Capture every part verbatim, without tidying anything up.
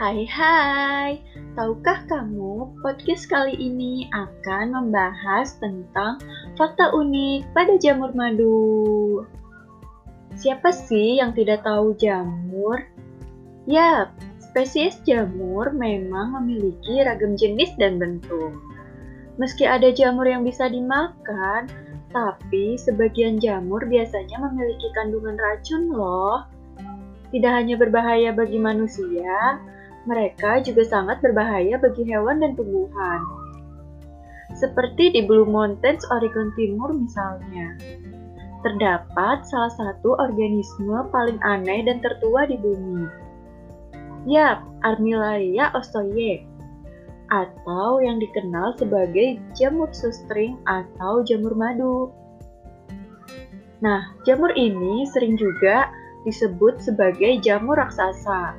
Hai hai, tahukah kamu podcast kali ini akan membahas tentang fakta unik pada jamur madu. Siapa sih yang tidak tahu jamur? Yap, spesies jamur memang memiliki ragam jenis dan bentuk. Meski ada jamur yang bisa dimakan, tapi sebagian jamur biasanya memiliki kandungan racun loh. Tidak hanya berbahaya bagi manusia, mereka juga sangat berbahaya bagi hewan dan tumbuhan. Seperti di Blue Mountains, Oregon Timur misalnya. Terdapat salah satu organisme paling aneh dan tertua di bumi. Yap, Armillaria ostoye, atau yang dikenal sebagai jamur sustring atau jamur madu. Nah, jamur ini sering juga disebut sebagai jamur raksasa.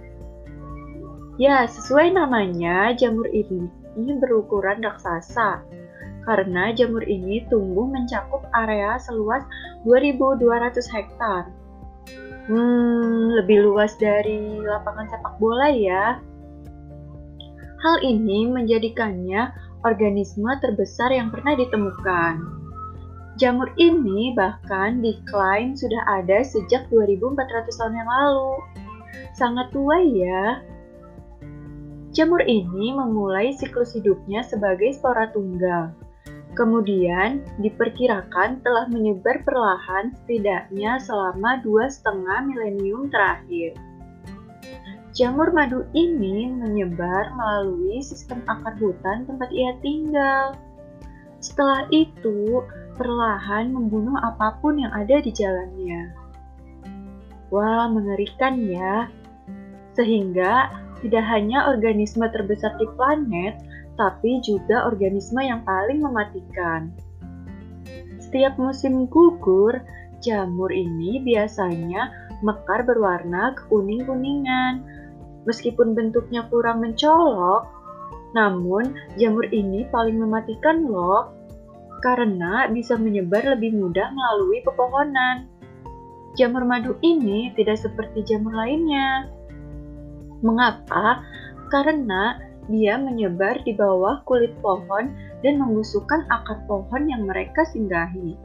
Ya, sesuai namanya, jamur ini berukuran raksasa karena jamur ini tumbuh mencakup area seluas dua ribu dua ratus hektar. Hmm, lebih luas dari lapangan sepak bola ya. Hal ini menjadikannya organisme terbesar yang pernah ditemukan. Jamur ini bahkan diklaim sudah ada sejak dua ribu empat ratus tahun yang lalu. Sangat tua ya. Jamur ini memulai siklus hidupnya sebagai spora tunggal. Kemudian diperkirakan telah menyebar perlahan setidaknya selama dua setengah milenium terakhir. Jamur madu ini menyebar melalui sistem akar hutan tempat ia tinggal. Setelah itu, perlahan membunuh apapun yang ada di jalannya. Wah, mengerikan ya. Sehingga tidak hanya organisme terbesar di planet, tapi juga organisme yang paling mematikan. Setiap musim gugur, jamur ini biasanya mekar berwarna kekuning-kuningan. Meskipun bentuknya kurang mencolok, namun jamur ini paling mematikan loh, karena bisa menyebar lebih mudah melalui pepohonan. Jamur madu ini tidak seperti jamur lainnya. Mengapa? Karena dia menyebar di bawah kulit pohon dan membusukkan akar pohon yang mereka singgahi.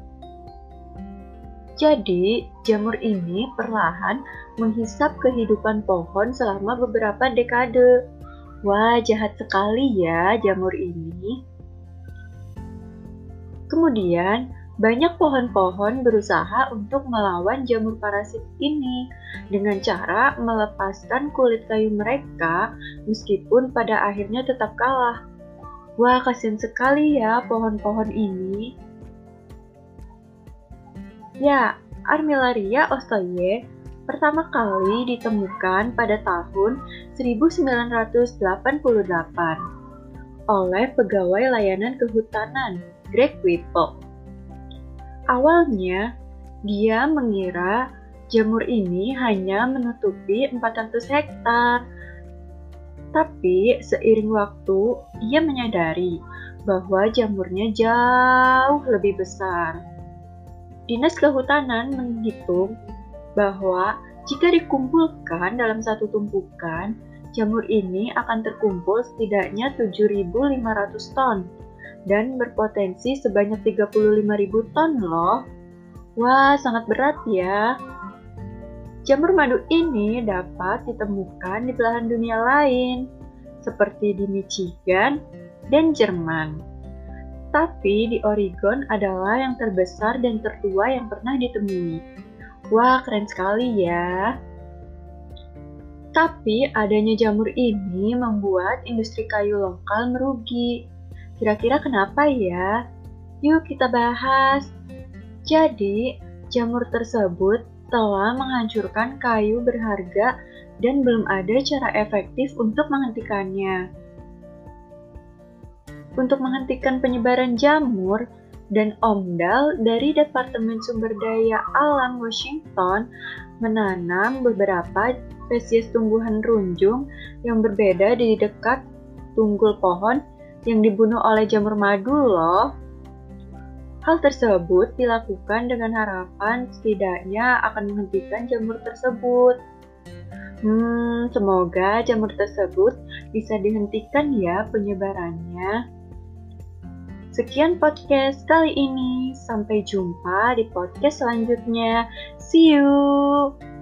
Jadi, jamur ini perlahan menghisap kehidupan pohon selama beberapa dekade. Wah, jahat sekali ya jamur ini. Kemudian, banyak pohon-pohon berusaha untuk melawan jamur parasit ini dengan cara melepaskan kulit kayu mereka meskipun pada akhirnya tetap kalah. Wah, kasihan sekali ya pohon-pohon ini. Ya, Armillaria ostoye pertama kali ditemukan pada tahun seribu sembilan ratus delapan puluh delapan oleh pegawai layanan kehutanan Greg Whipple. Awalnya, dia mengira jamur ini hanya menutupi empat ratus hektar. Tapi seiring waktu, ia menyadari bahwa jamurnya jauh lebih besar. Dinas Kehutanan menghitung bahwa jika dikumpulkan dalam satu tumpukan, jamur ini akan terkumpul setidaknya tujuh ribu lima ratus ton dan berpotensi sebanyak tiga puluh lima ribu ton loh. Wah, sangat berat ya. Jamur madu ini dapat ditemukan di belahan dunia lain, seperti di Michigan dan Jerman. Tapi di Oregon adalah yang terbesar dan tertua yang pernah ditemui. Wah, keren sekali ya. Tapi adanya jamur ini membuat industri kayu lokal merugi. Kira-kira kenapa ya? Yuk kita bahas. Jadi, jamur tersebut telah menghancurkan kayu berharga dan belum ada cara efektif untuk menghentikannya. Untuk menghentikan penyebaran jamur, dan OMDAL dari Departemen Sumber Daya Alam Washington menanam beberapa spesies tumbuhan runjung yang berbeda di dekat tunggul pohon yang dibunuh oleh jamur madu loh. Hal tersebut dilakukan dengan harapan setidaknya akan menghentikan jamur tersebut. Hmm, semoga jamur tersebut bisa dihentikan ya penyebarannya. Sekian podcast kali ini. Sampai jumpa di podcast selanjutnya. See you.